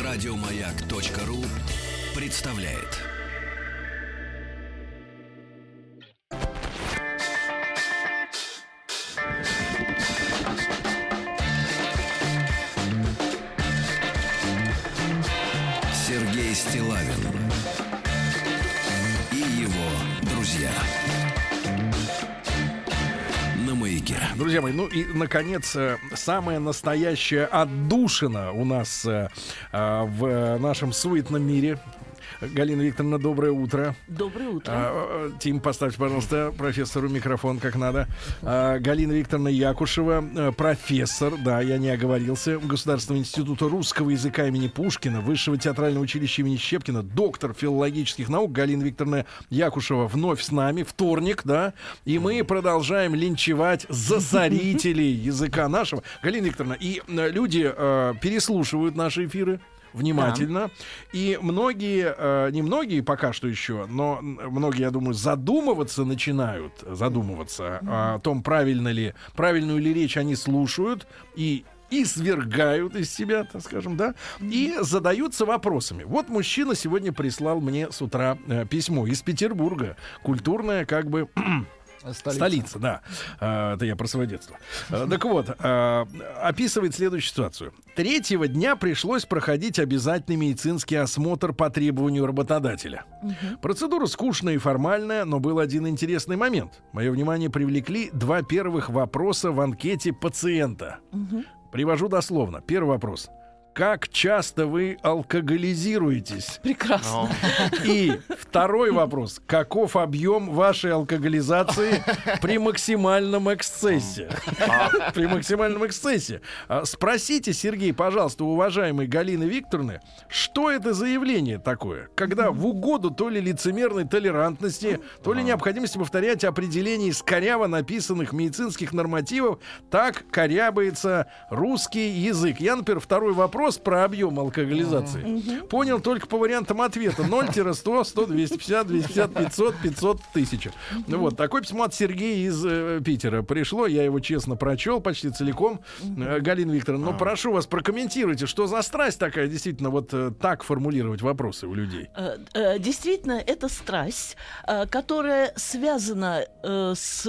Радиомаяк.ру представляет. Сергей Стиллавин и его друзья. На Маяке. Друзья мои, ну и, наконец, самая настоящая отдушина у нас в нашем суетном мире. Галина Викторовна, доброе утро. Доброе утро. Тим, поставьте, пожалуйста, профессору микрофон как надо. Галина Викторовна Якушева, профессор, да, я не оговорился, Государственного института русского языка имени Пушкина, Высшего театрального училища имени Щепкина, доктор филологических наук. Галина Викторовна Якушева вновь с нами, вторник, да, и мы продолжаем линчевать засорителей языка нашего. Галина Викторовна, и люди переслушивают наши эфиры внимательно. Да. И многие, не многие пока что еще, но многие, я думаю, начинают задумываться о том, правильную ли речь они слушают и свергают из себя, так скажем, да, и задаются вопросами. Вот мужчина сегодня прислал мне с утра письмо из Петербурга. Культурное, как бы... Столица, да. Это я про свое детство. Так вот, описывает следующую ситуацию. 3-го дня пришлось проходить обязательный медицинский осмотр по требованию работодателя. Процедура скучная и формальная, но был один интересный момент. Мое внимание привлекли 2 первых вопроса в анкете пациента. Привожу дословно. Первый вопрос. Как часто вы алкоголизируетесь? Прекрасно. И второй вопрос. Каков объем вашей алкоголизации при максимальном эксцессе? При максимальном эксцессе. Спросите, Сергей, пожалуйста, у уважаемой Галины Викторовны, что это за явление такое, когда в угоду то ли лицемерной толерантности, то ли необходимости повторять определения из коряво написанных медицинских нормативов, так корябается русский язык. Я, например, второй вопрос про объем алкоголизации понял только по вариантам ответа. 0-100, 100, 250, 250, 500, 500, 1000. Вот, такое письмо от Сергея из Питера пришло. Я его честно прочел почти целиком. Галина Викторовна, прошу вас, прокомментируйте, что за страсть такая, действительно, вот так формулировать вопросы у людей. Действительно, это страсть, которая связана с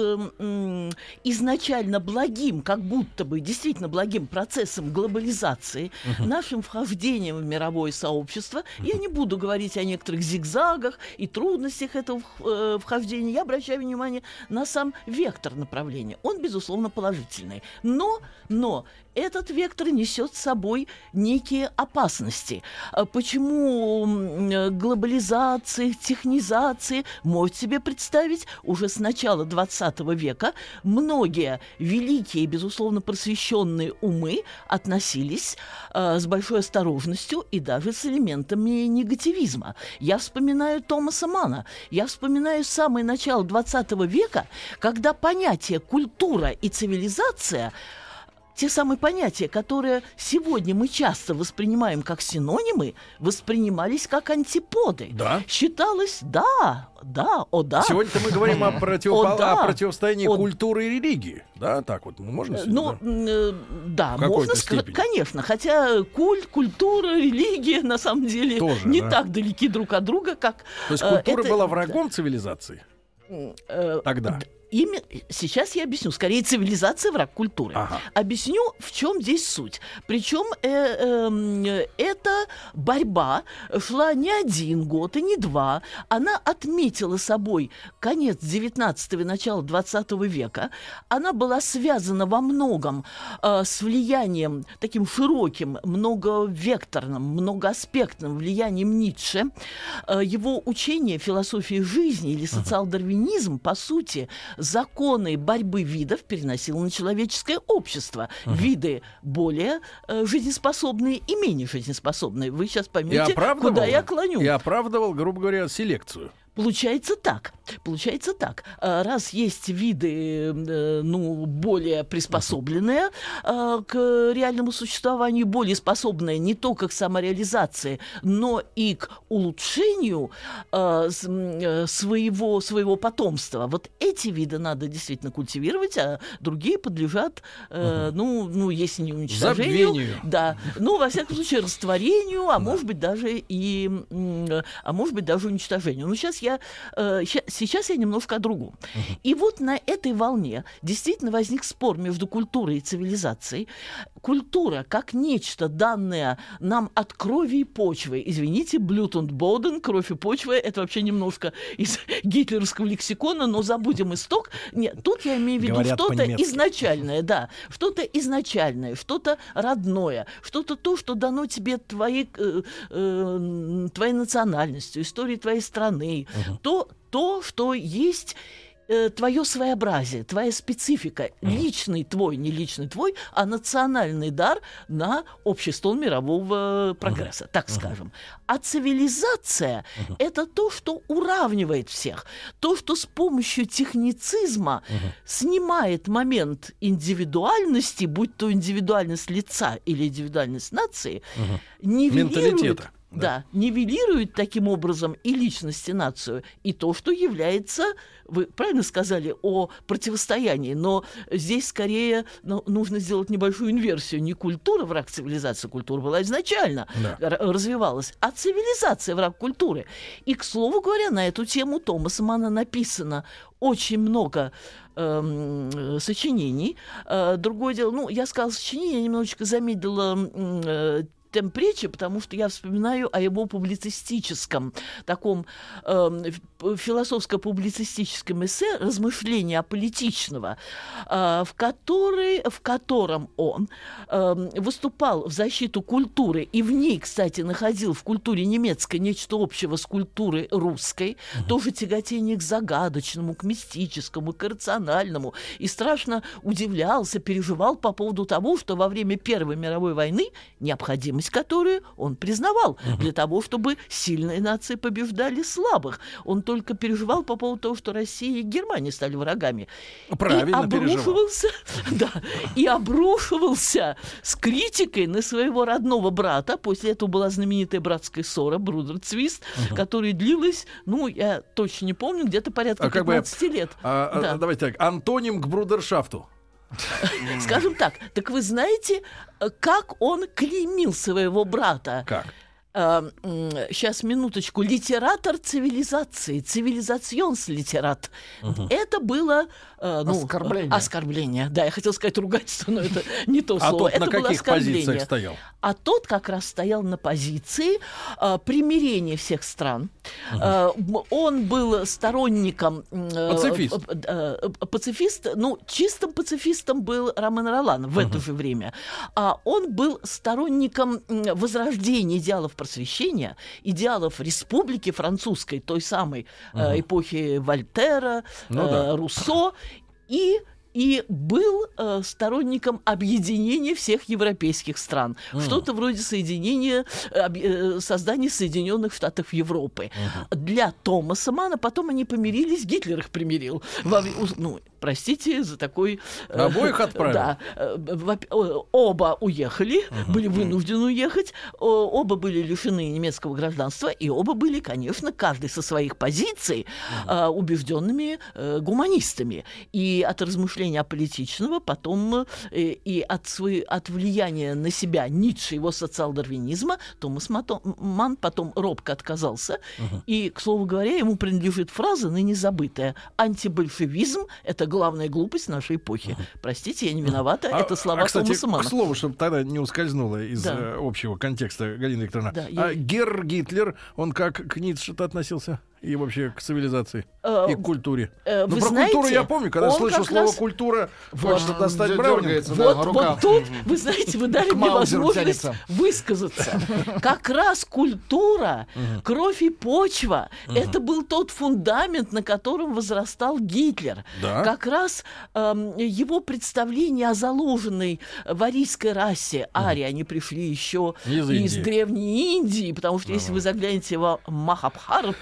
изначально благим, как будто бы действительно благим процессом глобализации, нашим вхождением в мировое сообщество. Я не буду говорить о некоторых зигзагах и трудностях этого вхождения. Я обращаю внимание на сам вектор направления. Он, безусловно, положительный. Но этот вектор несет с собой некие опасности. Почему глобализации, технизации, можете себе представить, уже с начала 20 века многие великие, безусловно, просвещенные умы относились с большой осторожностью и даже с элементами негативизма. Я вспоминаю Томаса Манна, я вспоминаю самое начало 20 века, когда понятия культура и цивилизация, те самые понятия, которые сегодня мы часто воспринимаем как синонимы, воспринимались как антиподы. Да. Считалось, да. Сегодня-то мы говорим о противостоянии культуры и религии. Да, так вот, можно сказать? Да, можно сказать, конечно. Хотя культура, религия, на самом деле, тоже, не так далеки друг от друга, как... То есть культура была врагом цивилизации? Тогда. Сейчас я объясню. Скорее, цивилизация — враг культуры. Объясню, в чем здесь суть. Причем эта борьба шла не 1 год и не 2. Она отметила собой конец 19 и начало 20 века. Она была связана во многом с влиянием таким широким, многовекторным, многоаспектным влиянием Ницше. Его учение философии жизни или социал-дарвинизм, по сути, законы борьбы видов переносил на человеческое общество. Виды более жизнеспособные и менее жизнеспособные. Вы сейчас поймете, куда я клоню. И оправдывал, грубо говоря, селекцию. Получается так. Раз есть виды, более приспособленные к реальному существованию, более способные не только к самореализации, но и к улучшению своего потомства. Вот эти виды надо действительно культивировать, а другие подлежат, если не уничтожению, забвению. Да, во всяком случае, растворению, может быть, даже уничтожению. Но сейчас я немножко о другом. И вот на этой волне действительно возник спор между культурой и цивилизацией. Культура как нечто, данное нам от крови и почвы. Извините, Blut und Boden, кровь и почва, это вообще немножко из гитлеровского лексикона, но забудем исток. Нет, тут я имею в виду что-то изначальное, что-то родное, что-то то, что дано тебе твоей национальностью, историей твоей страны, то, что есть твое своеобразие, твоя специфика, личный твой, не личный твой, а национальный дар на общий стол мирового прогресса, так скажем. А цивилизация – это то, что уравнивает всех, то, что с помощью техницизма снимает момент индивидуальности, будь то индивидуальность лица или индивидуальность нации, нивелирует... Да, нивелирует таким образом и личность, и нацию, и то, что является, вы правильно сказали о противостоянии, но здесь скорее нужно сделать небольшую инверсию. Не культура враг цивилизации, культура была изначально, развивалась, а цивилизация враг культуры. И, к слову говоря, на эту тему Томаса Манна написано очень много сочинений. Другое дело, я сказала сочинение, я немножечко замедлила темп речи, потому что я вспоминаю о его публицистическом, таком философско-публицистическом эссе «Размышления аполитичного», в котором он выступал в защиту культуры, и в ней, кстати, находил в культуре немецкой нечто общего с культурой русской, тоже тяготение к загадочному, к мистическому, к иррациональному, и страшно удивлялся, переживал по поводу того, что во время Первой мировой войны необходимость, которую он признавал, для того, чтобы сильные нации побеждали слабых. Он только переживал по поводу того, что Россия и Германия стали врагами. Правильно и обрушивался с критикой на своего родного брата. После этого была знаменитая братская ссора, Брудерцвист, которая длилась, я точно не помню, где-то порядка 15 лет. Давайте так, антоним к брудершафту. Скажем так, вы знаете, как он клеймил своего брата? Как? Сейчас, минуточку. Литератор цивилизации, цивилизационс-литерат. Это было оскорбление. Да, я хотел сказать ругательство, но это не то слово. Это было каких позициях стоял? А тот как раз стоял на позиции примирения всех стран. Он был сторонником... Пацифист. Чистым пацифистом был Ромен Ролан в это же время. Он был сторонником возрождения идеалов просвещения, идеалов республики французской, той самой эпохи Вольтера, Руссо, и был сторонником объединения всех европейских стран. Что-то вроде создания Соединенных Штатов Европы. Для Томаса Манна потом они помирились, Гитлер их примирил. Простите за такой... Обоих отправили? Да. Оба уехали, были вынуждены уехать, оба были лишены немецкого гражданства, и оба были, конечно, каждый со своих позиций убежденными гуманистами. И от размышления аполитичного потом и от влияния на себя Ницше, его социал-дарвинизма, Томас Манн потом робко отказался. И, к слову говоря, ему принадлежит фраза, ныне забытая: «Антибольшевизм — это главная глупость нашей эпохи». Простите, я не виновата, это слова Томаса Манна. К слову, чтобы тогда не ускользнуло из общего контекста, Галина Викторовна, Герр Гитлер, он как к Ницше-то относился? И вообще к цивилизации, и к культуре. Про культуру я помню, когда слышу слово «культура», хочется достать Браунинг. Вот тут, вы знаете, вы дали мне возможность высказаться. Как раз культура, кровь и почва, это был тот фундамент, на котором возрастал Гитлер. Как раз его представление о заложенной в арийской расе, арии, они пришли еще из Древней Индии, потому что если вы заглянете в Махабхарату,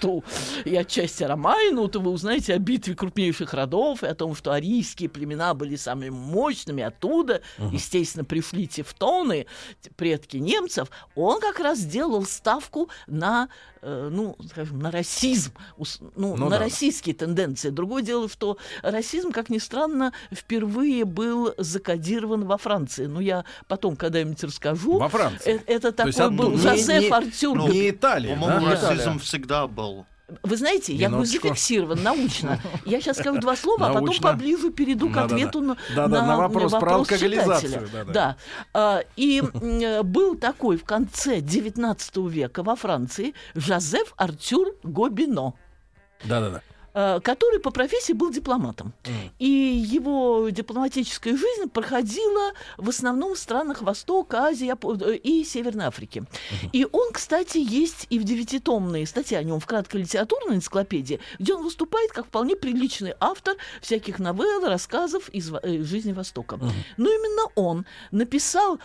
и отчасти Ромайну, то вы узнаете о битве крупнейших родов и о том, что арийские племена были самыми мощными. Оттуда, естественно, пришли тевтоны, предки немцев. Он как раз сделал ставку на, скажем, на расизм, на российские тенденции. Другое дело, что расизм, как ни странно, впервые был закодирован во Франции. Я потом когда-нибудь расскажу. Во Франции? Это такой был Жозеф Артюр. Не Италия, по-моему, расизм всегда был. Вы знаете, я говорю зафиксирован научно. Я сейчас скажу два слова, а потом поближе перейду к ответу на вопрос про алкоголизацию. Да. И был такой в конце 19 века во Франции Жозеф Артюр Гобино. Да-да-да. Который по профессии был дипломатом. И его дипломатическая жизнь проходила в основном в странах Востока, Азии и Северной Африки. И он, кстати, есть и в 9-томной статье о нем в краткой литературной энциклопедии, где он выступает как вполне приличный автор всяких новелл, рассказов из жизни Востока. Но именно он написал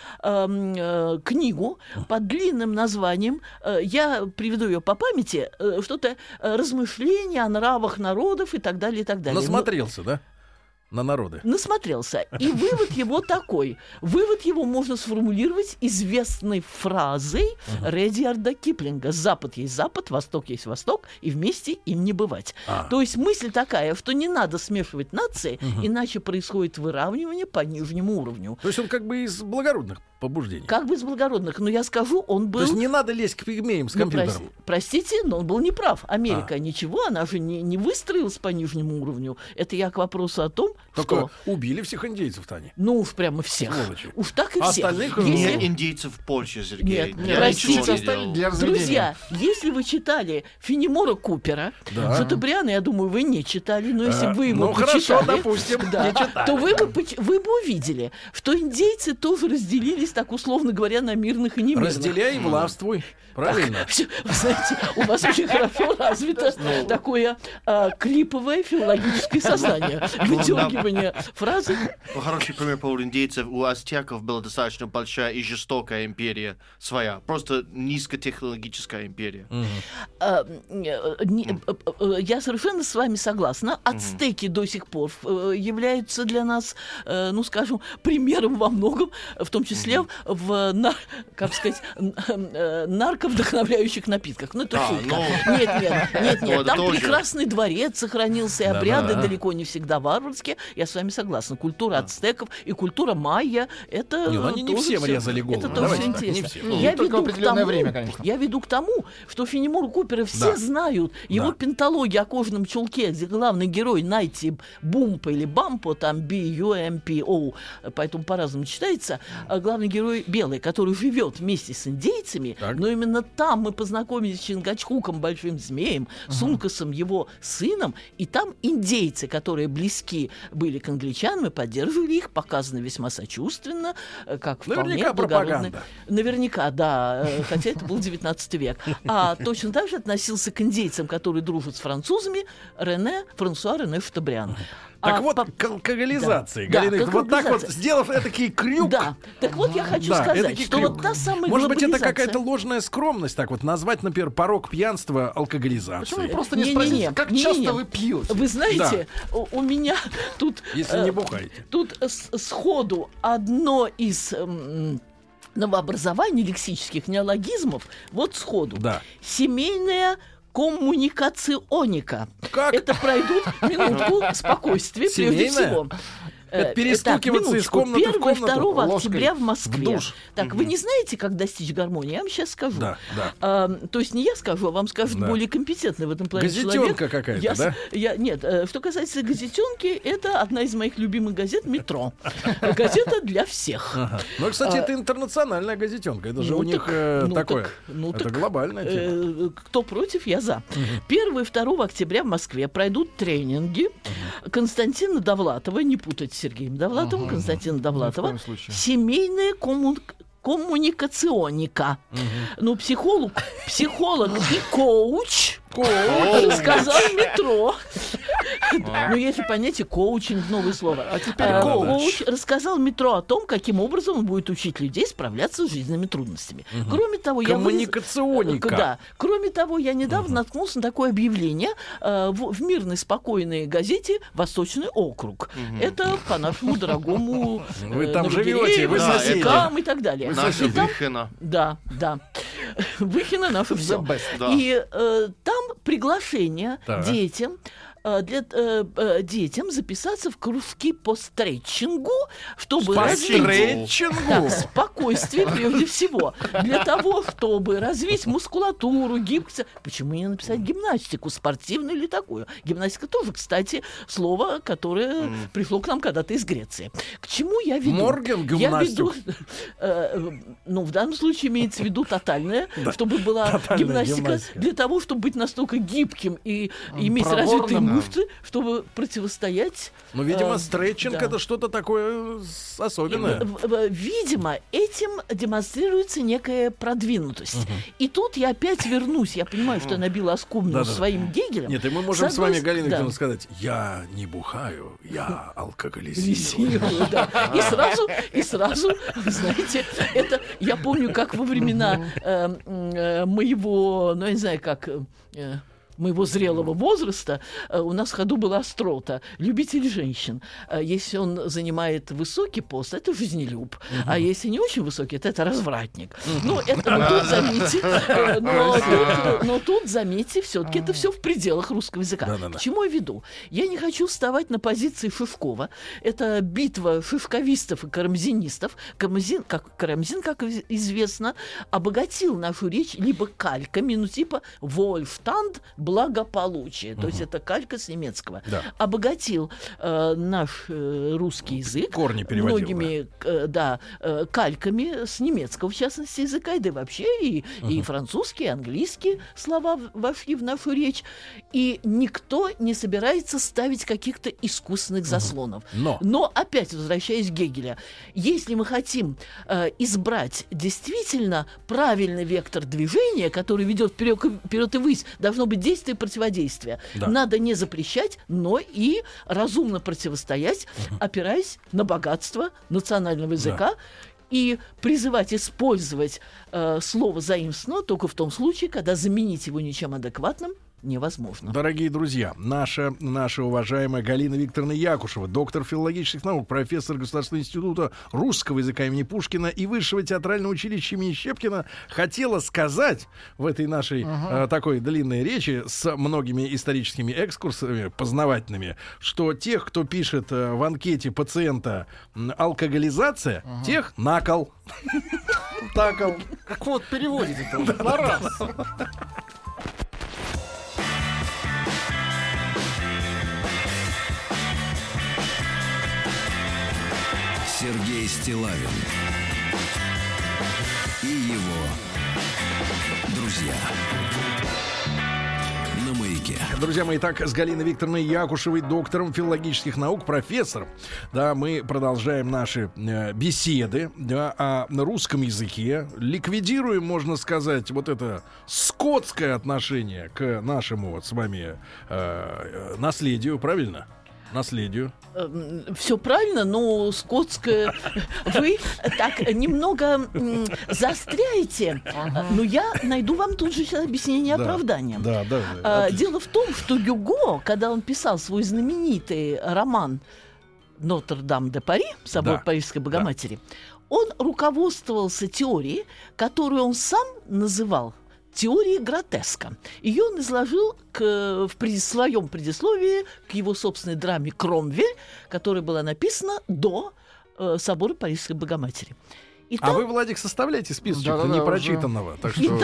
книгу под длинным названием, я приведу ее по памяти, что-то «Размышления о нравах народов» и так далее, и так далее. Насмотрелся, да? На народы. Насмотрелся. И вывод его такой. Вывод его можно сформулировать известной фразой Редьярда Киплинга: «Запад есть Запад, Восток есть Восток, и вместе им не бывать». То есть мысль такая, что не надо смешивать нации, иначе происходит выравнивание по нижнему уровню. То есть он как бы из благородных побуждений. Как бы из благородных. Но я скажу, он был... То есть не надо лезть к пигмеям с компьютером. Простите, но он был неправ. Америка ничего, она же не выстроилась по нижнему уровню. Это я к вопросу о том, только что... убили всех индейцев-то они. Уж прямо всех. Сволочи. Уж так и всех. Остальных... Не индейцев в Польше, Сергей. Нет, простите, друзья, если вы читали Фенемора Купера, Шатобриана, я думаю, вы не читали, но если бы вы его почитали, допустим, не читали, то вы бы увидели, что индейцы тоже разделились, так условно говоря, на мирных и немирных. Разделяй и властвуй. Правильно. Вы знаете, у вас очень хорошо развито такое клиповое филологическое сознание. Выдергивание фразы. Хороший пример по индейцев. У ацтеков была достаточно большая и жестокая империя своя. Просто низкотехнологическая империя. Я совершенно с вами согласна. Ацтеки до сих пор являются для нас, скажем, примером во многом, в том числе в, нарковдохновляющих напитках. Это шутка. Нет. Там прекрасный дворец сохранился, и обряды далеко не всегда варварские. Я с вами согласна. Культура ацтеков и культура майя — это они не всем резали голову. Это тоже интересно. Я веду к тому, что Фенемора Купера все знают. Его пенталогия о кожаном чулке, где главный герой Найти Бумпа или Бампо, там B-U-M-P-O, поэтому по-разному читается, главный герой белый, который живет вместе с индейцами, но именно там мы познакомились с Чингачгуком, большим змеем, с Ункасом, его сыном, и там индейцы, которые близки были к англичанам и поддерживали их, показаны весьма сочувственно, как вполне благородный. Наверняка, да, хотя это был 19 век. А точно так же относился к индейцам, которые дружат с французами, Франсуа Рене Шатобриан. Так вот, к алкоголизации, Галина, вот так вот, сделав этакий крюк. Да, так вот я хочу сказать, что вот та самая может быть, это какая-то ложная скромность, так вот, назвать, например, порог пьянства алкоголизацией. Почему вы просто не спросите, как часто вы пьете? Вы знаете, у меня тут... Если не бухаете. Тут сходу одно из... новообразований лексических неологизмов, вот сходу. Семейная коммуникационика. Как? Это пройдут минутку спокойствия, прежде всего. Это перестукиваться из комнаты в комнату 1-2 октября в Москве. Так, вы не знаете, как достичь гармонии? Я вам сейчас скажу. То есть не я скажу, а вам скажет более компетентный в этом плане человек. Газетенка какая-то, да? Нет, что касается газетенки, это одна из моих любимых газет «Метро». Газета для всех. Ну, кстати, это интернациональная газетенка. Это же у них такое. Это глобальная тема. Кто против, я за. 1 и 2 октября в Москве пройдут тренинги Константина Довлатова, не путать с Сергеем Довлатовым, Константина Довлатова, семейная коммуникационика. Ну, психолог и коуч сказал «Метро». Ну, если понятие коучинг, новое слово. А теперь коуч рассказал метро о том, каким образом он будет учить людей справляться с жизненными трудностями. Кроме того, коммуникационника. Кроме того, я недавно наткнулся на такое объявление в мирной, спокойной газете «Восточный округ». Это по нашему дорогому вы там живете, вы соседи. И так далее. Наша Выхина. Да. Выхина наше все. И там приглашение детям записаться в кружки по стретчингу, чтобы развить спокойствие прежде всего. Для того, чтобы развить мускулатуру, гибкость. Почему не написать гимнастику, спортивную или такую? Гимнастика тоже, кстати, слово, которое пришло к нам когда-то из Греции. К чему я веду? Морген-гимнастик. В данном случае имеется в виду тотальная, чтобы была гимнастика, для того, чтобы быть настолько гибким и иметь развитые мышцы, чтобы противостоять... Ну, видимо, стретчинг это что-то такое особенное. Видимо, этим демонстрируется некая продвинутость. И тут я опять вернусь. Я понимаю, что я набила оскомину своим Гегелем. Нет, и мы можем с вами, Галина Викторовна, сказать: я не бухаю, я алкоголизирую. И сразу, знаете, это я помню, как во времена моего, я не знаю, как... моего зрелого возраста у нас в ходу была острота. Любитель женщин. Если он занимает высокий пост, это жизнелюб. А если не очень высокий, то это развратник. Но тут, заметьте, все-таки это все в пределах русского языка. К чему я веду? Я не хочу вставать на позиции Шишкова. Это битва шишковистов и карамзинистов. Карамзин, как известно, обогатил нашу речь либо кальками, типа «Вольфтанд», благополучие. То есть это калька с немецкого. Обогатил наш русский язык корни переводил, многими кальками с немецкого, в частности, языка, да и вообще и французские, и английские слова вошли в нашу речь. И никто не собирается ставить каких-то искусственных заслонов. Но опять возвращаясь к Гегелю, если мы хотим избрать действительно правильный вектор движения, который ведет вперед и ввысь, должно быть действие и противодействие. Надо не запрещать, но и разумно противостоять, опираясь на богатство национального языка и призывать использовать слово заимствовано только в том случае, когда заменить его ничем адекватным невозможно. Дорогие друзья, наша уважаемая Галина Викторовна Якушева, доктор филологических наук, профессор Государственного института русского языка имени Пушкина и Высшего театрального училища имени Щепкина, хотела сказать в этой нашей такой длинной речи с многими историческими экскурсами познавательными, что тех, кто пишет в анкете пациента алкоголизация, тех накол. Такол. Как вот переводит это на раз. Сергей Стиллавин и его друзья на Маяке. Друзья мои, так, с Галиной Викторовной Якушевой, доктором филологических наук, профессором, мы продолжаем наши беседы о русском языке. Ликвидируем, можно сказать, вот это скотское отношение к нашему с вами наследию, правильно? Наследию. Все правильно, но скотское вы так немного заостряете. Но я найду вам тут же объяснение оправдания. Дело в том, что Гюго, когда он писал свой знаменитый роман «Нотр-Дам-де-Пари», «Собор Парижской Богоматери», он руководствовался теорией, которую он сам называл теории гротеска. Ее он изложил в своем предисловии к его собственной драме «Кромвель», которая была написана до собора Парижской Богоматери. А вы, Владик, составляете списочек непрочитанного. Так что... И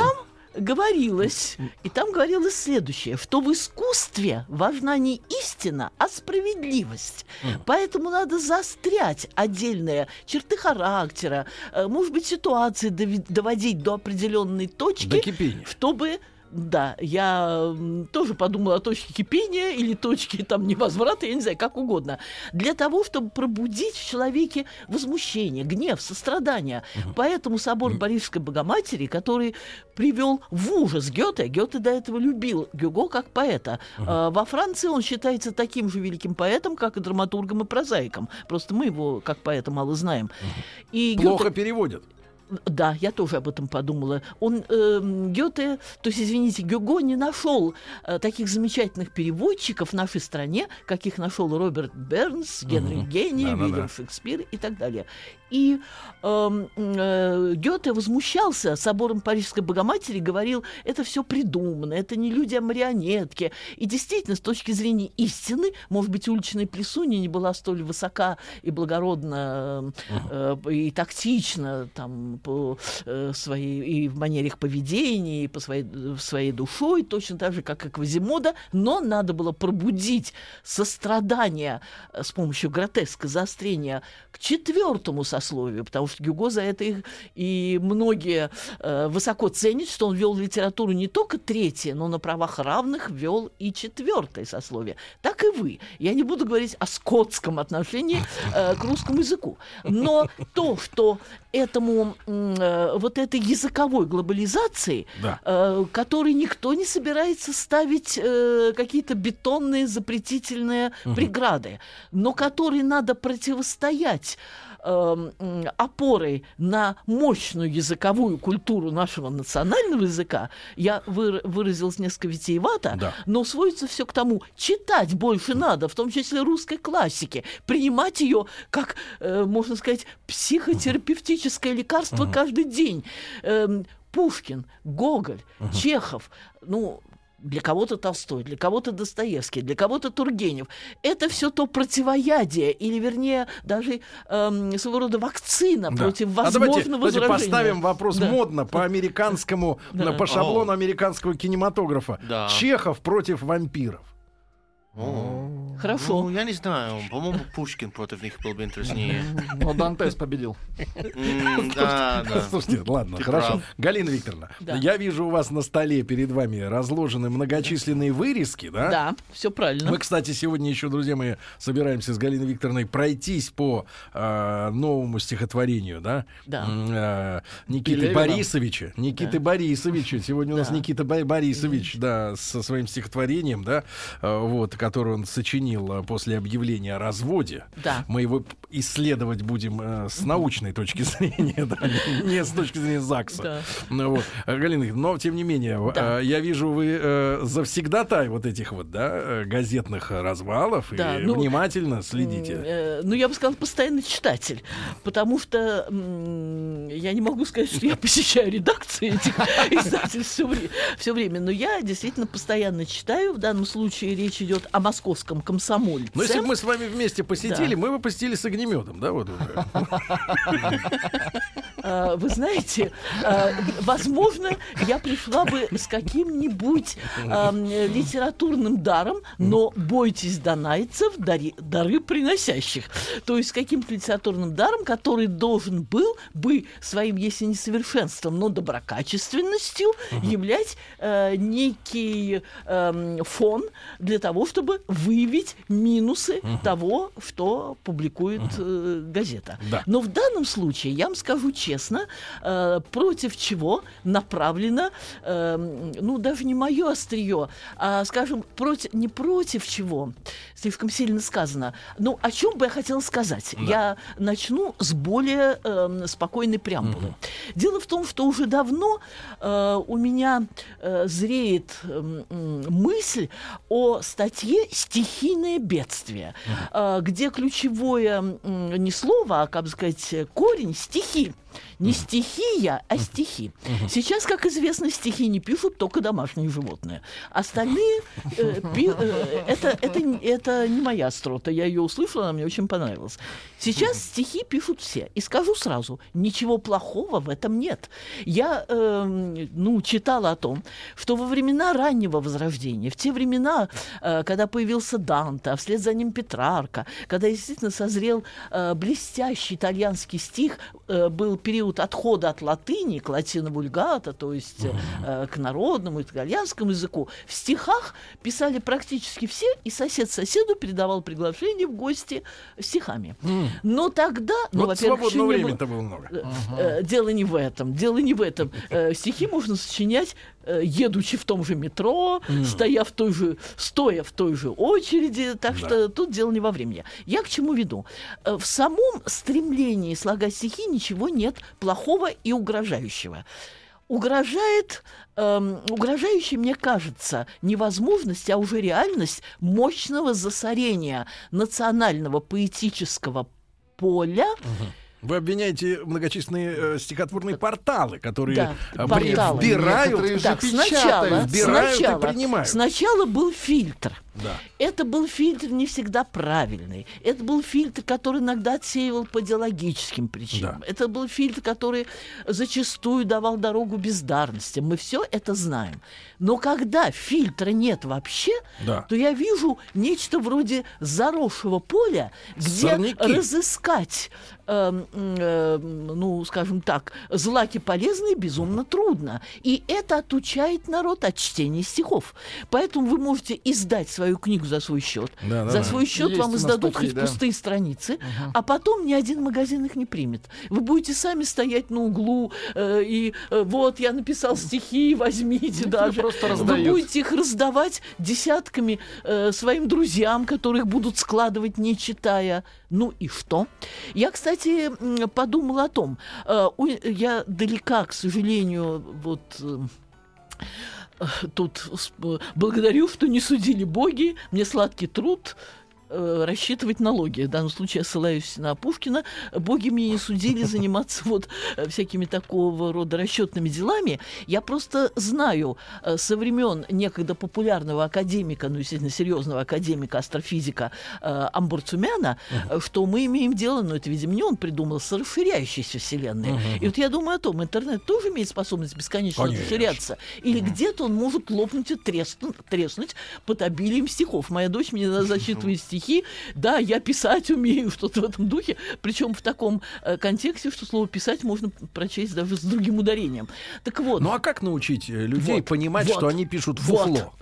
там говорилось следующее, что в искусстве важна не истина, а справедливость. Поэтому надо заострять отдельные черты характера, может быть, ситуации доводить до определенной точки, чтобы Да, я тоже подумала о точке кипения или точке там невозврата, я не знаю, как угодно. Для того, чтобы пробудить в человеке возмущение, гнев, сострадание. Поэтому собор Парижской Богоматери, который привел в ужас Гёте до этого любил Гюго как поэта. Во Франции он считается таким же великим поэтом, как и драматургом и прозаиком. Просто мы его как поэта мало знаем. И Плохо переводят. Да, я тоже об этом подумала. Он, Гёте, то есть, извините, Гюго не нашел таких замечательных переводчиков в нашей стране, каких нашел Роберт Бернс, Генри Гейни, Вильям Шекспир и так далее. И Гёте возмущался собором Парижской Богоматери, говорил, это все придумано, это не люди, а марионетки. И действительно, с точки зрения истины, может быть, уличная Плесунья не была столь высока и благородна и тактична там, по своей, и в манере их поведения, и по своей душой, точно так же, как и Квазимода, но надо было пробудить сострадание с помощью гротеска, заострения к четвертому сословию, потому что Гюго за это их и многие высоко ценят, что он вел литературу не только третье, но на правах равных вел и четвертое сословие. Так и вы. Я не буду говорить о скотском отношении к русскому языку. Но то, что этому вот этой языковой глобализации, которой никто не собирается ставить какие-то бетонные запретительные преграды, но которой надо противостоять опорой на мощную языковую культуру нашего национального языка, я выразилась несколько витиевато, но сводится все к тому, читать больше надо, в том числе русской классики, принимать ее как, можно сказать, психотерапевтическое лекарство каждый день. Пушкин, Гоголь, Чехов, для кого-то Толстой, для кого-то Достоевский, для кого-то Тургенев. Это все то противоядие, или, вернее, даже своего рода вакцина против возможного возражения. Давайте поставим вопрос модно, по-американскому, по шаблону американского кинематографа. Чехов против вампиров. Хорошо. Я не знаю. По-моему, Пушкин против них был бы интереснее. Но Дантес победил. Да. Слушайте, ладно, хорошо. Галина Викторовна, я вижу у вас на столе перед вами разложены многочисленные вырезки, да? Да, все правильно. Мы, кстати, сегодня еще, друзья мои, собираемся с Галиной Викторовной пройтись по новому стихотворению, да? Да. Никиты Борисовича. Сегодня у нас Никита Борисович, со своим стихотворением, да, который он сочинил после объявления о разводе. Да. Мы его исследовать будем с научной точки зрения, не с точки зрения ЗАГСа. Галина, но тем не менее, я вижу, вы завсегдатай вот этих вот, газетных развалов и внимательно следите. Я бы сказала, постоянный читатель, потому что я не могу сказать, что я посещаю редакции этих издательств все время, но я действительно постоянно читаю. В данном случае речь идет о московском комсомольце. Но если бы мы с вами вместе посетили, мы бы посетили с огнеметом, да, вот уже. Вы знаете, возможно, я пришла бы с каким-нибудь литературным даром, но бойтесь донайцев, дары приносящих. То есть с каким-то литературным даром, который должен был бы своим, если не совершенством, но доброкачественностью являть некий фон для того, чтобы выявить минусы того, что публикует газета. Но в данном случае, я вам скажу честно, против чего направлено, даже не мое острие, а, скажем, не против чего, слишком сильно сказано. О чем бы я хотела сказать? Я начну с более спокойной преамбулы. Дело в том, что уже давно у меня зреет мысль о статье «Стихийное бедствие», где ключевое не слово, а, как бы сказать, корень — стихи. Не стихия, а стихи. Сейчас, как известно, стихи не пишут только домашние животные. Остальные... Это не моя острота. Я ее услышала, она мне очень понравилась. Сейчас стихи пишут все. И скажу сразу, ничего плохого в этом нет. Я читала о том, что во времена раннего Возрождения, в те времена, когда появился Данте, а вслед за ним Петрарка, когда действительно созрел блестящий итальянский стих, был период отхода от латыни к латино-вульгата, то есть к народному итальянскому языку, в стихах писали практически все, и сосед соседу передавал приглашение в гости стихами. Но тогда, ну, Вот во-первых, свободного времени-то было много. дело не в этом. Стихи можно сочинять, едучи в том же метро, стоя в той же очереди, так что тут дело не во времени. Я к чему веду? В самом стремлении слагать стихи ничего нет плохого и угрожающего. Угрожающей, мне кажется, невозможность, а уже реальность мощного засорения национального поэтического поля. Вы обвиняете многочисленные стихотворные порталы, которые порталы. вбирают, Так, вбирают и принимают. Сначала был фильтр. Да. Это был фильтр не всегда правильный. Это был фильтр, который иногда отсеивал по идеологическим причинам. Да. Это был фильтр, который зачастую давал дорогу бездарности. Мы все это знаем. Но когда фильтра нет вообще, то я вижу нечто вроде заросшего поля, где разыскать, ну, скажем так, злаки полезные безумно трудно. И это отучает народ от чтения стихов. Поэтому вы можете издать свою книгу за свой счет. За свой счет вам издадут хоть пустые страницы, а потом ни один магазин их не примет. Вы будете сами стоять на углу и вот я написал стихи, возьмите даже. Вы будете их раздавать десятками своим друзьям, которых будут складывать, не читая. Ну и что? Я, кстати, подумала о том, я далека, к сожалению, вот... Тут благодарю, что не судили боги, мне сладкий труд рассчитывать налоги. В данном случае я ссылаюсь на Пушкина. Боги мне не судили заниматься вот всякими такого рода расчетными делами. Я просто знаю со времен некогда популярного академика, ну, естественно, серьезного академика, астрофизика Амбурцумяна, что мы имеем дело, но это, видимо, не он придумал, с расширяющейся вселенной. И вот я думаю о том, интернет тоже имеет способность бесконечно расширяться. Или где-то он может лопнуть и треснуть под обилием стихов. Моя дочь мне зачитывает стихи. Да, я писать умею, что-то в этом духе. Причем в таком контексте, что слово «писать» можно прочесть даже с другим ударением. Так вот. Ну а как научить людей понимать, что они пишут фуфло?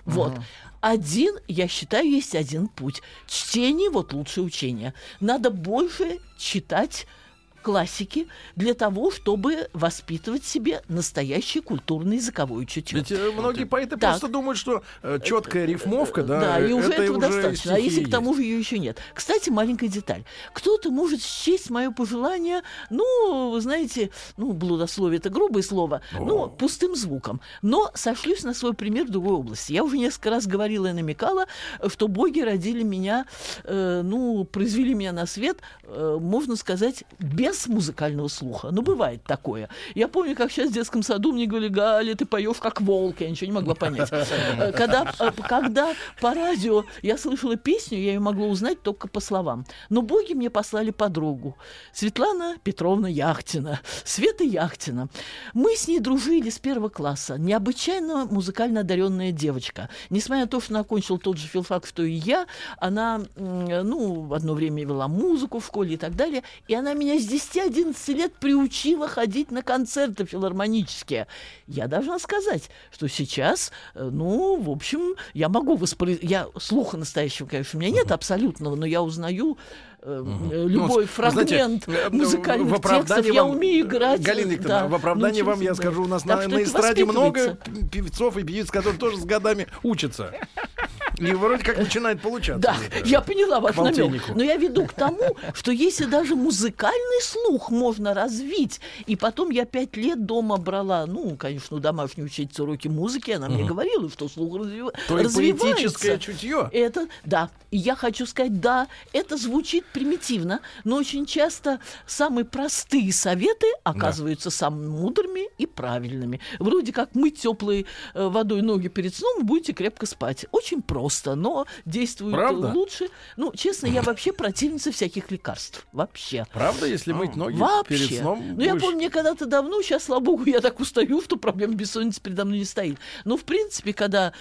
Я считаю, есть один путь. Чтение — вот лучшее учение. Надо больше читать классики для того, чтобы воспитывать в себе настоящее культурное языковое чутье. Ведь многие поэты просто думают, что четкая рифмовка, и уже этого достаточно. А если к тому же ее еще нет. Кстати, маленькая деталь. Кто-то может счесть мое пожелание, ну, вы знаете, ну, блудословие — это грубое слово, ну, пустым звуком. Но сошлюсь на свой пример в другой области. Я уже несколько раз говорила и намекала, что боги родили меня, произвели меня на свет, можно сказать, без музыкального слуха. Ну, бывает такое. Я помню, как сейчас в детском саду мне говорили: Галя, ты поешь как волк. Я ничего не могла понять. Когда по радио я слышала песню, я ее могла узнать только по словам. Но боги мне послали подругу. Светлана Петровна Яхтина. Света Яхтина. Мы с ней дружили с первого класса. Необычайно музыкально одаренная девочка. Несмотря на то, что она окончила тот же филфак, что и я, она, в одно время вела музыку в школе и так далее. И она меня с 10-11 лет приучила ходить на концерты филармонические. Я должна сказать, что сейчас, в общем, я могу воспроизвести... Слуха настоящего, конечно, у меня нет абсолютного, но я узнаю любой фрагмент музыкальных текстов, я умею играть. Галина Викторовна, в оправдании вам я скажу, у нас на эстраде много певцов и певиц, которые тоже с годами учатся. И вроде как начинает получаться. Да, я поняла ваш намек. Но я веду к тому, что если даже музыкальный слух можно развить, и потом я 5 лет дома брала, конечно, у домашней учительницы уроки музыки, она мне говорила, что слух развивается. То есть поэтическое чутье. Да. И я хочу сказать, да, это звучит примитивно, но очень часто самые простые советы оказываются самыми мудрыми и правильными. Вроде как мыть теплой водой ноги перед сном, будете крепко спать. Очень просто. просто, но действуют лучше. Ну, честно, я вообще противница всяких лекарств. Вообще. Правда, если мыть ноги Вообще. перед сном? Ну, я помню, мне когда-то давно, сейчас, слава богу, я так устаю, что проблема бессонницы передо мной не стоит. Но, в принципе, когда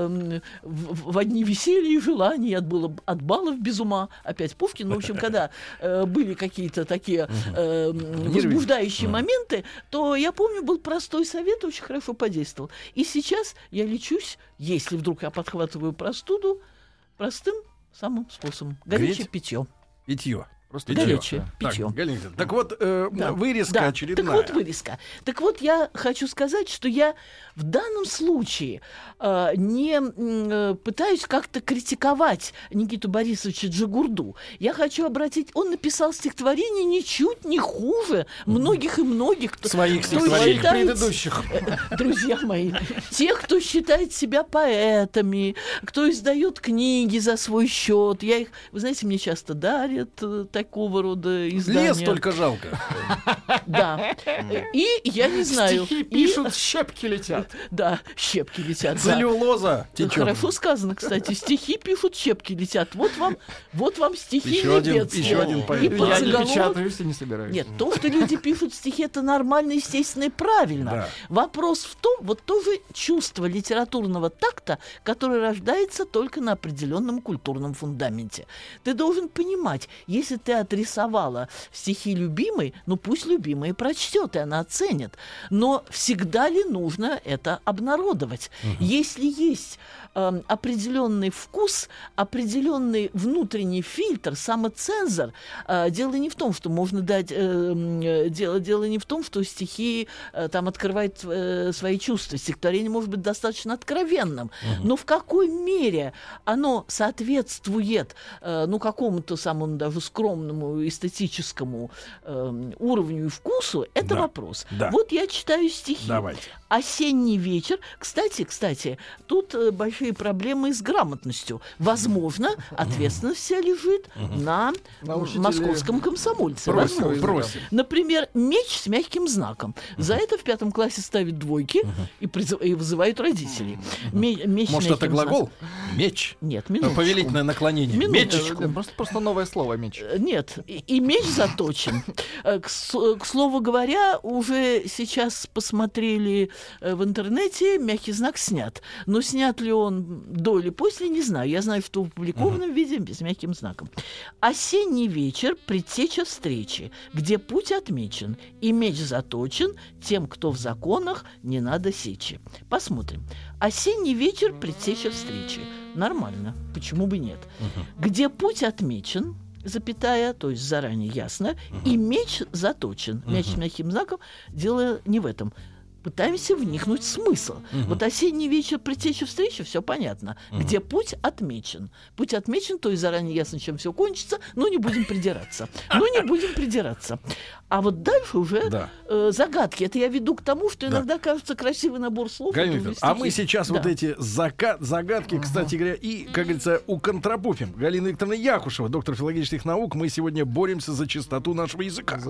в одни веселья и желания от баллов без ума, опять Пушкин, ну, в общем, когда были какие-то такие возбуждающие моменты, то, я помню, был простой совет, очень хорошо подействовал. И сейчас я лечусь, если вдруг я подхватываю простуду, простым самым способом. Горячее питье. Питье. Просто горячее питье. Так, Галина, так вот, вырезка очередная. Так вот, вырезка. Так вот, я хочу сказать, что я в данном случае не пытаюсь как-то критиковать Никиту Борисовича Джигурду. Я хочу обратить... Он написал стихотворение ничуть не хуже многих и многих. Своих стихотворений предыдущих. Друзья мои, тех, кто считает себя поэтами, кто издает книги за свой счет. Я их, вы знаете, мне часто дарят такого рода издания. Лес только жалко. Да. И я не знаю. Стихи пишут, щепки летят. Да, щепки летят. Целлюлоза течет. Хорошо сказано, кстати. Стихи пишут, щепки летят. Вот вам стихи еще бедствия. один поэт. Я не печатаюсь и не собираюсь. Нет, то, что люди пишут стихи, это нормально, естественно и правильно. Да. Вопрос в том, вот тоже чувство литературного такта, которое рождается только на определенном культурном фундаменте. Ты должен понимать, если ты отрисовала стихи любимой, ну пусть любимая прочтет, и она оценит. Но всегда ли нужно это обнародовать? Если есть определенный вкус, определенный внутренний фильтр, самоцензор, дело не в том, что можно дать... Дело не в том, что стихи там открывают свои чувства. Стихотворение может быть достаточно откровенным. Но в какой мере оно соответствует какому-то самому даже скромному эстетическому уровню и вкусу, это вопрос. Да. Вот я читаю стихи. Давайте. «Осенний вечер». Кстати, тут большие проблемы с грамотностью. Возможно, ответственность вся лежит на московском комсомольце. Просим. Например, меч с мягким знаком. За это в 5 классе ставят двойки и вызывают родителей. Меч может, это глагол? Меч? Нет, минуточку. Повелительное наклонение. Минуточку. Просто новое слово меч. Нет, и меч заточен. К слову говоря, уже сейчас посмотрели в интернете, мягкий знак снят. Но снят ли он до или после, не знаю. Я знаю, что в опубликованном виде с мягким знаком. «Осенний вечер, предтеча встречи, где путь отмечен, и меч заточен, тем, кто в законах, не надо сечи». Посмотрим. «Осенний вечер, предтеча встречи». Нормально. Почему бы нет? Где путь отмечен, запятая, то есть заранее ясно, и меч заточен. Мяч с мягким знаком. Дело не в этом. Пытаемся вникнуть в смысл. Вот «осенний вечер, предтеча встречи», все понятно. Где путь отмечен. Путь отмечен, то есть заранее ясно, чем все кончится, но не будем придираться. А вот дальше уже загадки. Это я веду к тому, что иногда кажется красивый набор слов. А мы сейчас вот эти загадки, кстати говоря, и, как говорится, уконтропупим. Галина Викторовна Якушева, доктор филологических наук. Мы сегодня боремся за чистоту нашего языка.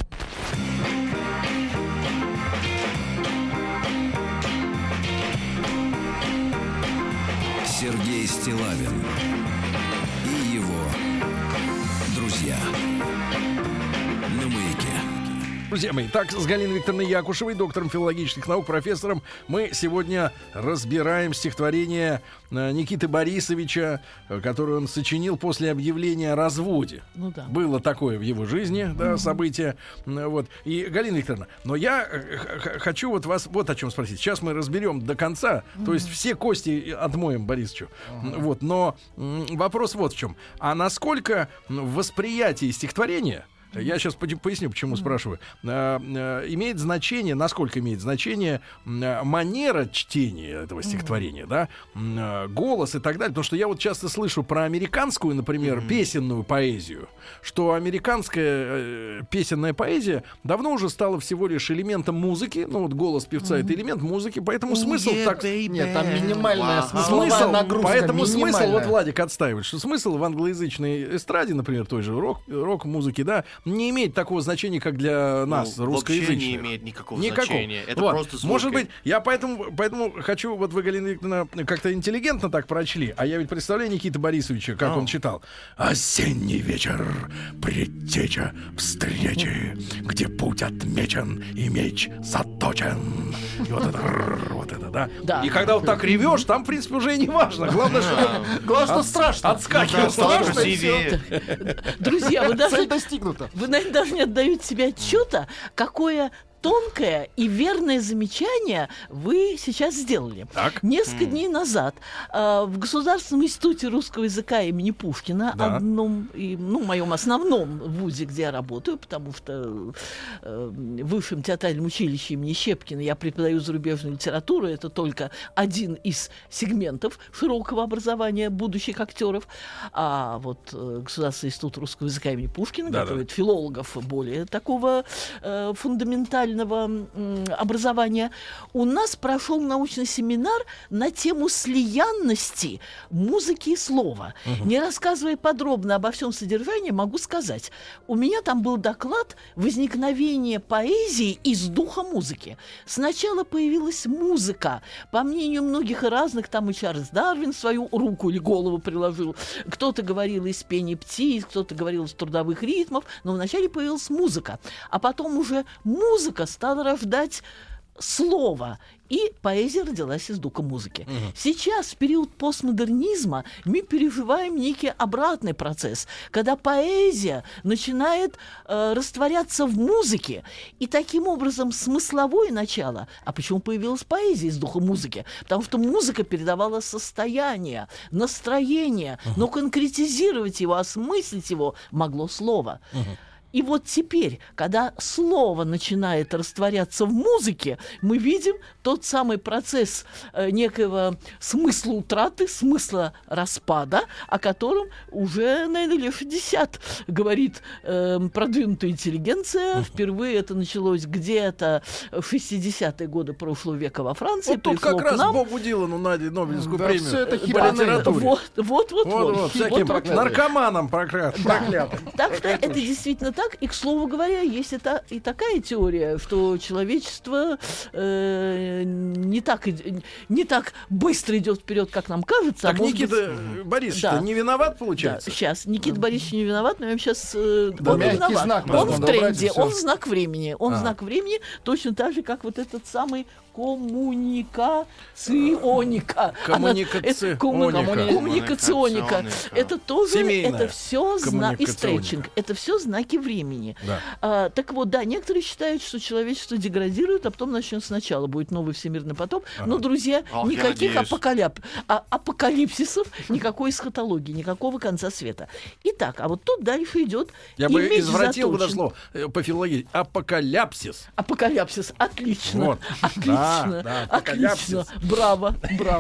Сергей Стиллавин и его друзья на Маяке. Друзья мои, так, с Галиной Викторовной Якушевой, доктором филологических наук, профессором, мы сегодня разбираем стихотворение Никиты Борисовича, которое он сочинил после объявления о разводе. Ну да. Было такое в его жизни, событие. Вот. И, Галина Викторовна, но я хочу вот вас вот о чем спросить. Сейчас мы разберем до конца, то есть все кости отмоем Борисовичу. Вот. Но вопрос вот в чем. А насколько в восприятии стихотворения, я сейчас поясню, почему спрашиваю, имеет значение, насколько имеет значение манера чтения этого стихотворения, да, голос и так далее. Потому что я вот часто слышу про американскую, например, песенную поэзию, что американская песенная поэзия давно уже стала всего лишь элементом музыки. Ну вот голос певца — это элемент музыки, поэтому смысл так... Нет, там минимальная смысл, нагрузка. Поэтому смысл, вот Владик отстаивает, что смысл в англоязычной эстраде, например, той же рок-музыки, да, не имеет такого значения, как для нас, русскоязычных. Вообще не имеет никакого значения. Это вот. просто звуки. Может быть, я поэтому хочу, вот вы, Галина Викторовна, как-то интеллигентно так прочли, а я ведь представляю Никиты Борисовича, как он читал. «Осенний вечер, предтеча встречи, где путь отмечен и меч заточен». И вот это, да? Да. И когда вот так ревешь, там, в принципе, уже и не важно. Главное, Главное, что страшно. отскакивает. Стало страшно, красивее. Друзья, вы Цель даже, достигнута. вы, наверное, даже не отдаете себе отчета, какое тонкое и верное замечание вы сейчас сделали. Так. Несколько дней назад в Государственном институте русского языка имени Пушкина, Да. моем основном вузе, где я работаю, потому что в Высшем театральном училище имени Щепкина я преподаю зарубежную литературу, это только один из сегментов широкого образования будущих актеров. А вот Государственный институт русского языка имени Пушкина готовит филологов более такого фундаментального образования. У нас прошел научный семинар на тему слиянности музыки и слова. Не рассказывая подробно обо всем содержании, могу сказать, у меня там был доклад возникновения поэзии из духа музыки. Сначала появилась музыка. По мнению многих и разных, там и Чарльз Дарвин свою руку или голову приложил. Кто-то говорил из пения птиц, кто-то говорил из трудовых ритмов, но вначале появилась музыка. А потом уже музыка стала рождать слово, и поэзия родилась из духа музыки. Сейчас, в период постмодернизма, мы переживаем некий обратный процесс, когда поэзия начинает растворяться в музыке, и таким образом смысловое начало. А почему появилась поэзия из духа музыки? Потому что музыка передавала состояние, настроение, но конкретизировать его, осмыслить его могло слово. И вот теперь, когда слово начинает растворяться в музыке, мы видим тот самый процесс некого смысла утраты, смысла распада, о котором уже, наверное, лет 60 говорит продвинутая интеллигенция. Впервые это началось где-то в 60-е годы прошлого века во Франции. Вот тут как раз Бобу Дилану Нобелевскую Да, премию всё это по хипаны. литературе. Вот. Всяким наркоманам проклятым. Так что это действительно так. И, к слову говоря, есть и такая теория, что человечество не так быстро идет вперед, как нам кажется. Так а может Никита быть... Борисович Да. не виноват, Да, получается? сейчас. Никита Борисович не виноват, но я сейчас... Да, он не мягкий виноват. знак Он можно в убрать, и тренде, всё. он знак времени. Он знак времени точно так же, как вот этот самый коммуникационика. Коммуникационика. Это тоже, Семейная это все и коммуникационика. стретчинг. Это все знаки времени. Да. Так вот, да, некоторые считают, что человечество деградирует, а потом начнет сначала. Будет новый всемирный потоп. Но, друзья, Ах, никаких я надеюсь. апокалипсисов, никакой эсхатологии, никакого конца света. Итак, а вот тут дальше идет Я бы имидж извратил бы даже заточен. слово по филологии. Апокаляпсис. Апокалипсис. Отлично. Вот. Отлично. Да, Отлично. Браво.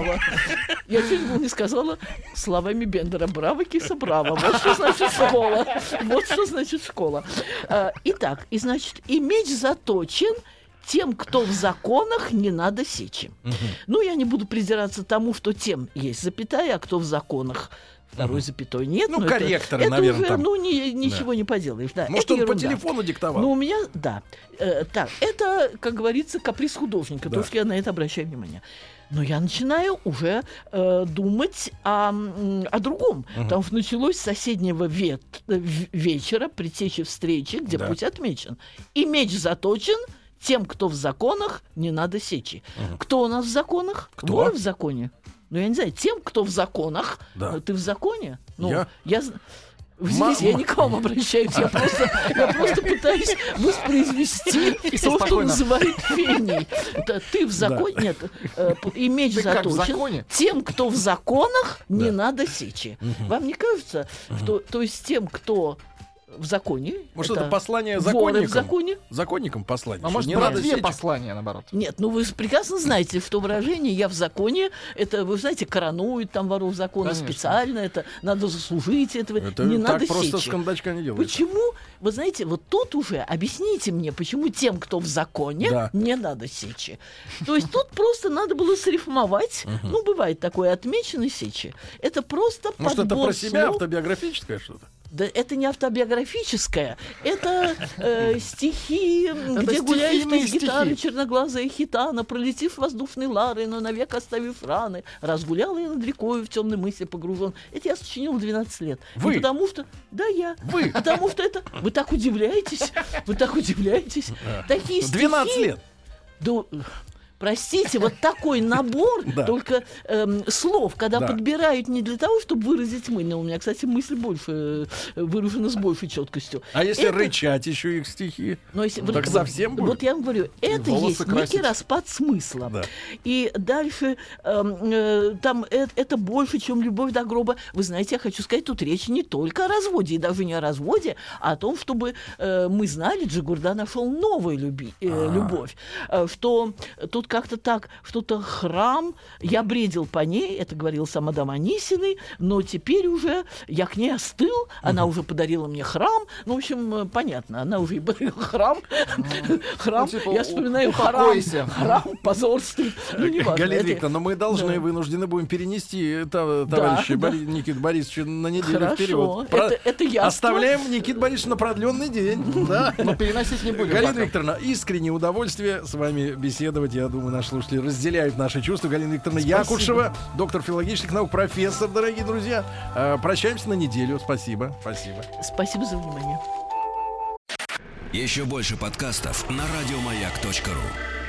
Я чуть было не сказала словами Бендера. Браво, киса, браво. Вот что значит школа. Вот что значит школа. Итак, и значит, и меч заточен тем, кто в законах, не надо сечи. Ну, я не буду придираться тому, что тем есть запятая, а кто в законах второй запятой нет. Ну, но корректоры, это наверное, уже, там. ничего не поделаешь. Да, Может, это он по ерунда. телефону диктовал? Ну, у меня, да. Так, это, как говорится, каприз художника. Да. То, что я на это обращаю внимание. Но я начинаю уже думать о другом. Потому что началось с соседнего вечера, предтечи встречи, где Да. путь отмечен. И меч заточен тем, кто в законах, не надо сечи. Кто у нас в законах? Кто? Воры в законе. Ну, я не знаю, тем, кто в законах. Да. Ты в законе? Ну, Я? Здесь я не к вам обращаюсь, я просто пытаюсь воспроизвести то, что спокойно. называют феней. Ты в законе... Нет, и меч Ты как, в заточен. законе? Тем, кто в законах, не надо сечи. Вам не кажется, что... То есть тем, кто в законе... Может, это послание воры законникам? в законе? Законникам послание. А что может, не про надо две сечь? послания, наоборот. Нет, ну вы прекрасно знаете, что выражение «я в законе», это, вы знаете, коронуют там воров закона Конечно. специально, это надо заслужить, этого Это не так надо просто сечь. с кондачка не делается. Почему, вы знаете, вот тут уже объясните мне, почему тем, кто в законе, Да. не надо сечи. То есть тут просто надо было срифмовать, ну, бывает такое, отмеченной сечи. Это просто Может, это подбор про себя слов. автобиографическое что-то? Да это не автобиографическое, это стихи, где гуляет с гитарой черноглазая хитана, пролетев воздушной ларой, но навек оставив раны, разгуляла я над рекою в темной мысли погружен. Это я сочинил в 12 лет. Вы? И потому что... Да, я. Вы? Потому что это... Вы так удивляетесь. Такие стихи... 12 лет. Да, простите, вот такой набор только слов, когда подбирают не для того, чтобы выразить мысль. Но у меня, кстати, мысль больше выражена с большей четкостью. А если рычать еще их стихи? Но если, так совсем будет? Вот я вам говорю, это есть некий распад смысла. Да. И дальше там это больше, чем любовь до гроба. Вы знаете, я хочу сказать, тут речь не только о разводе, и даже не о разводе, а о том, чтобы мы знали, Джигурда нашел новую любовь. Что тут как-то так, что-то храм, я бредил по ней, это говорил сам Адам Анисиный, но теперь уже я к ней остыл, она уже подарила мне храм, ну, в общем, понятно, она уже и подарила храм, я вспоминаю храм, позорствует, ну, не важно. Галина Викторовна, но мы должны, вынуждены будем перенести товарища Никиту Борисовича на неделю вперед. Это ясно. Оставляем Никиту Борисовича на продленный день. Но переносить не будем. Галина Викторовна, искреннее удовольствие с вами беседовать. Я думаю, наши слушатели разделяют наши чувства. Галина Викторовна Якушева, доктор филологических наук, профессор, дорогие друзья. Прощаемся на неделю. Спасибо. Спасибо за внимание. Еще больше подкастов на радиомаяк.ру.